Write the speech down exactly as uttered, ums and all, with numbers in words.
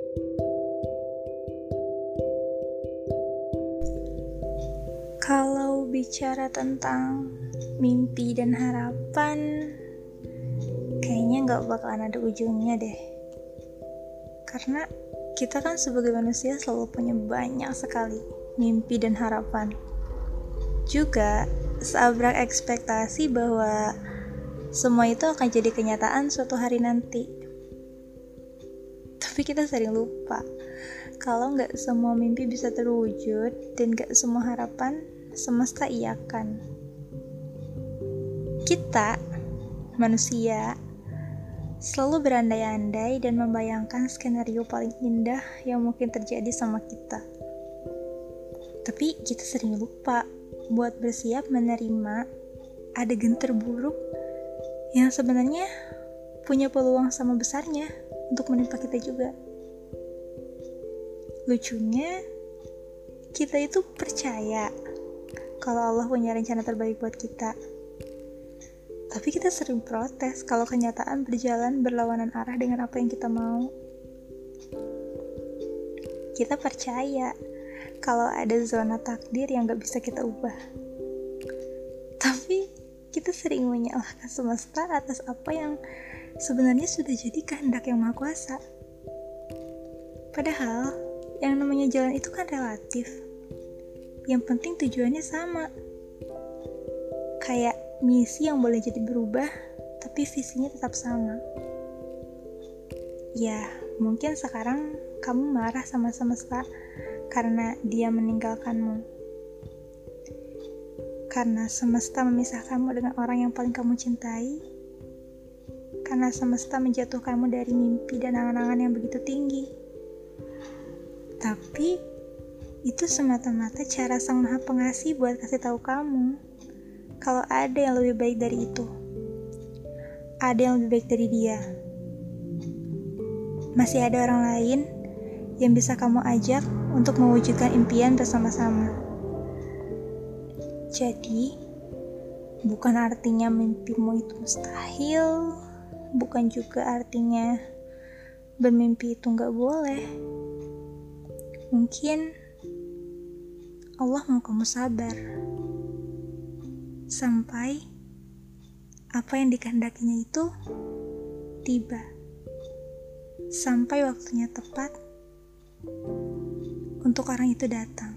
Kalau bicara tentang mimpi dan harapan, kayaknya gak bakalan ada ujungnya deh. Karena kita kan sebagai manusia selalu punya banyak sekali mimpi dan harapan. Juga seabrak ekspektasi bahwa semua itu akan jadi kenyataan suatu hari nanti. Tapi kita sering lupa kalau gak semua mimpi bisa terwujud dan gak semua harapan semesta iakan. Kita, manusia, selalu berandai-andai dan membayangkan skenario paling indah yang mungkin terjadi sama kita. Tapi kita sering lupa buat bersiap menerima adegan terburuk yang sebenarnya punya peluang sama besarnya untuk menimpa kita juga. Lucunya, kita itu percaya kalau Allah punya rencana terbaik buat kita. Tapi kita sering protes kalau kenyataan berjalan berlawanan arah dengan apa yang kita mau. Kita percaya kalau ada zona takdir yang gak bisa kita ubah. Tapi kita sering menyalahkan semesta atas apa yang sebenarnya sudah jadi kehendak yang maha kuasa. Padahal yang namanya jalan itu kan relatif. Yang penting tujuannya sama. Kayak misi yang boleh jadi berubah, tapi visinya tetap sama. Ya, mungkin sekarang kamu marah sama semesta karena dia meninggalkanmu. Karena semesta memisahkanmu dengan orang yang paling kamu cintai. Karena semesta menjatuhkanmu dari mimpi dan angan-angan yang begitu tinggi. Tapi itu semata-mata cara Sang Maha Pengasih buat kasih tahu kamu kalau ada yang lebih baik dari itu. Ada yang lebih baik dari dia. Masih ada orang lain yang bisa kamu ajak untuk mewujudkan impian bersama-sama. Jadi, bukan artinya mimpimu itu mustahil, bukan juga artinya bermimpi itu gak boleh. Mungkin Allah mau kamu sabar sampai apa yang dikehendakinya itu tiba, sampai waktunya tepat untuk orang itu datang.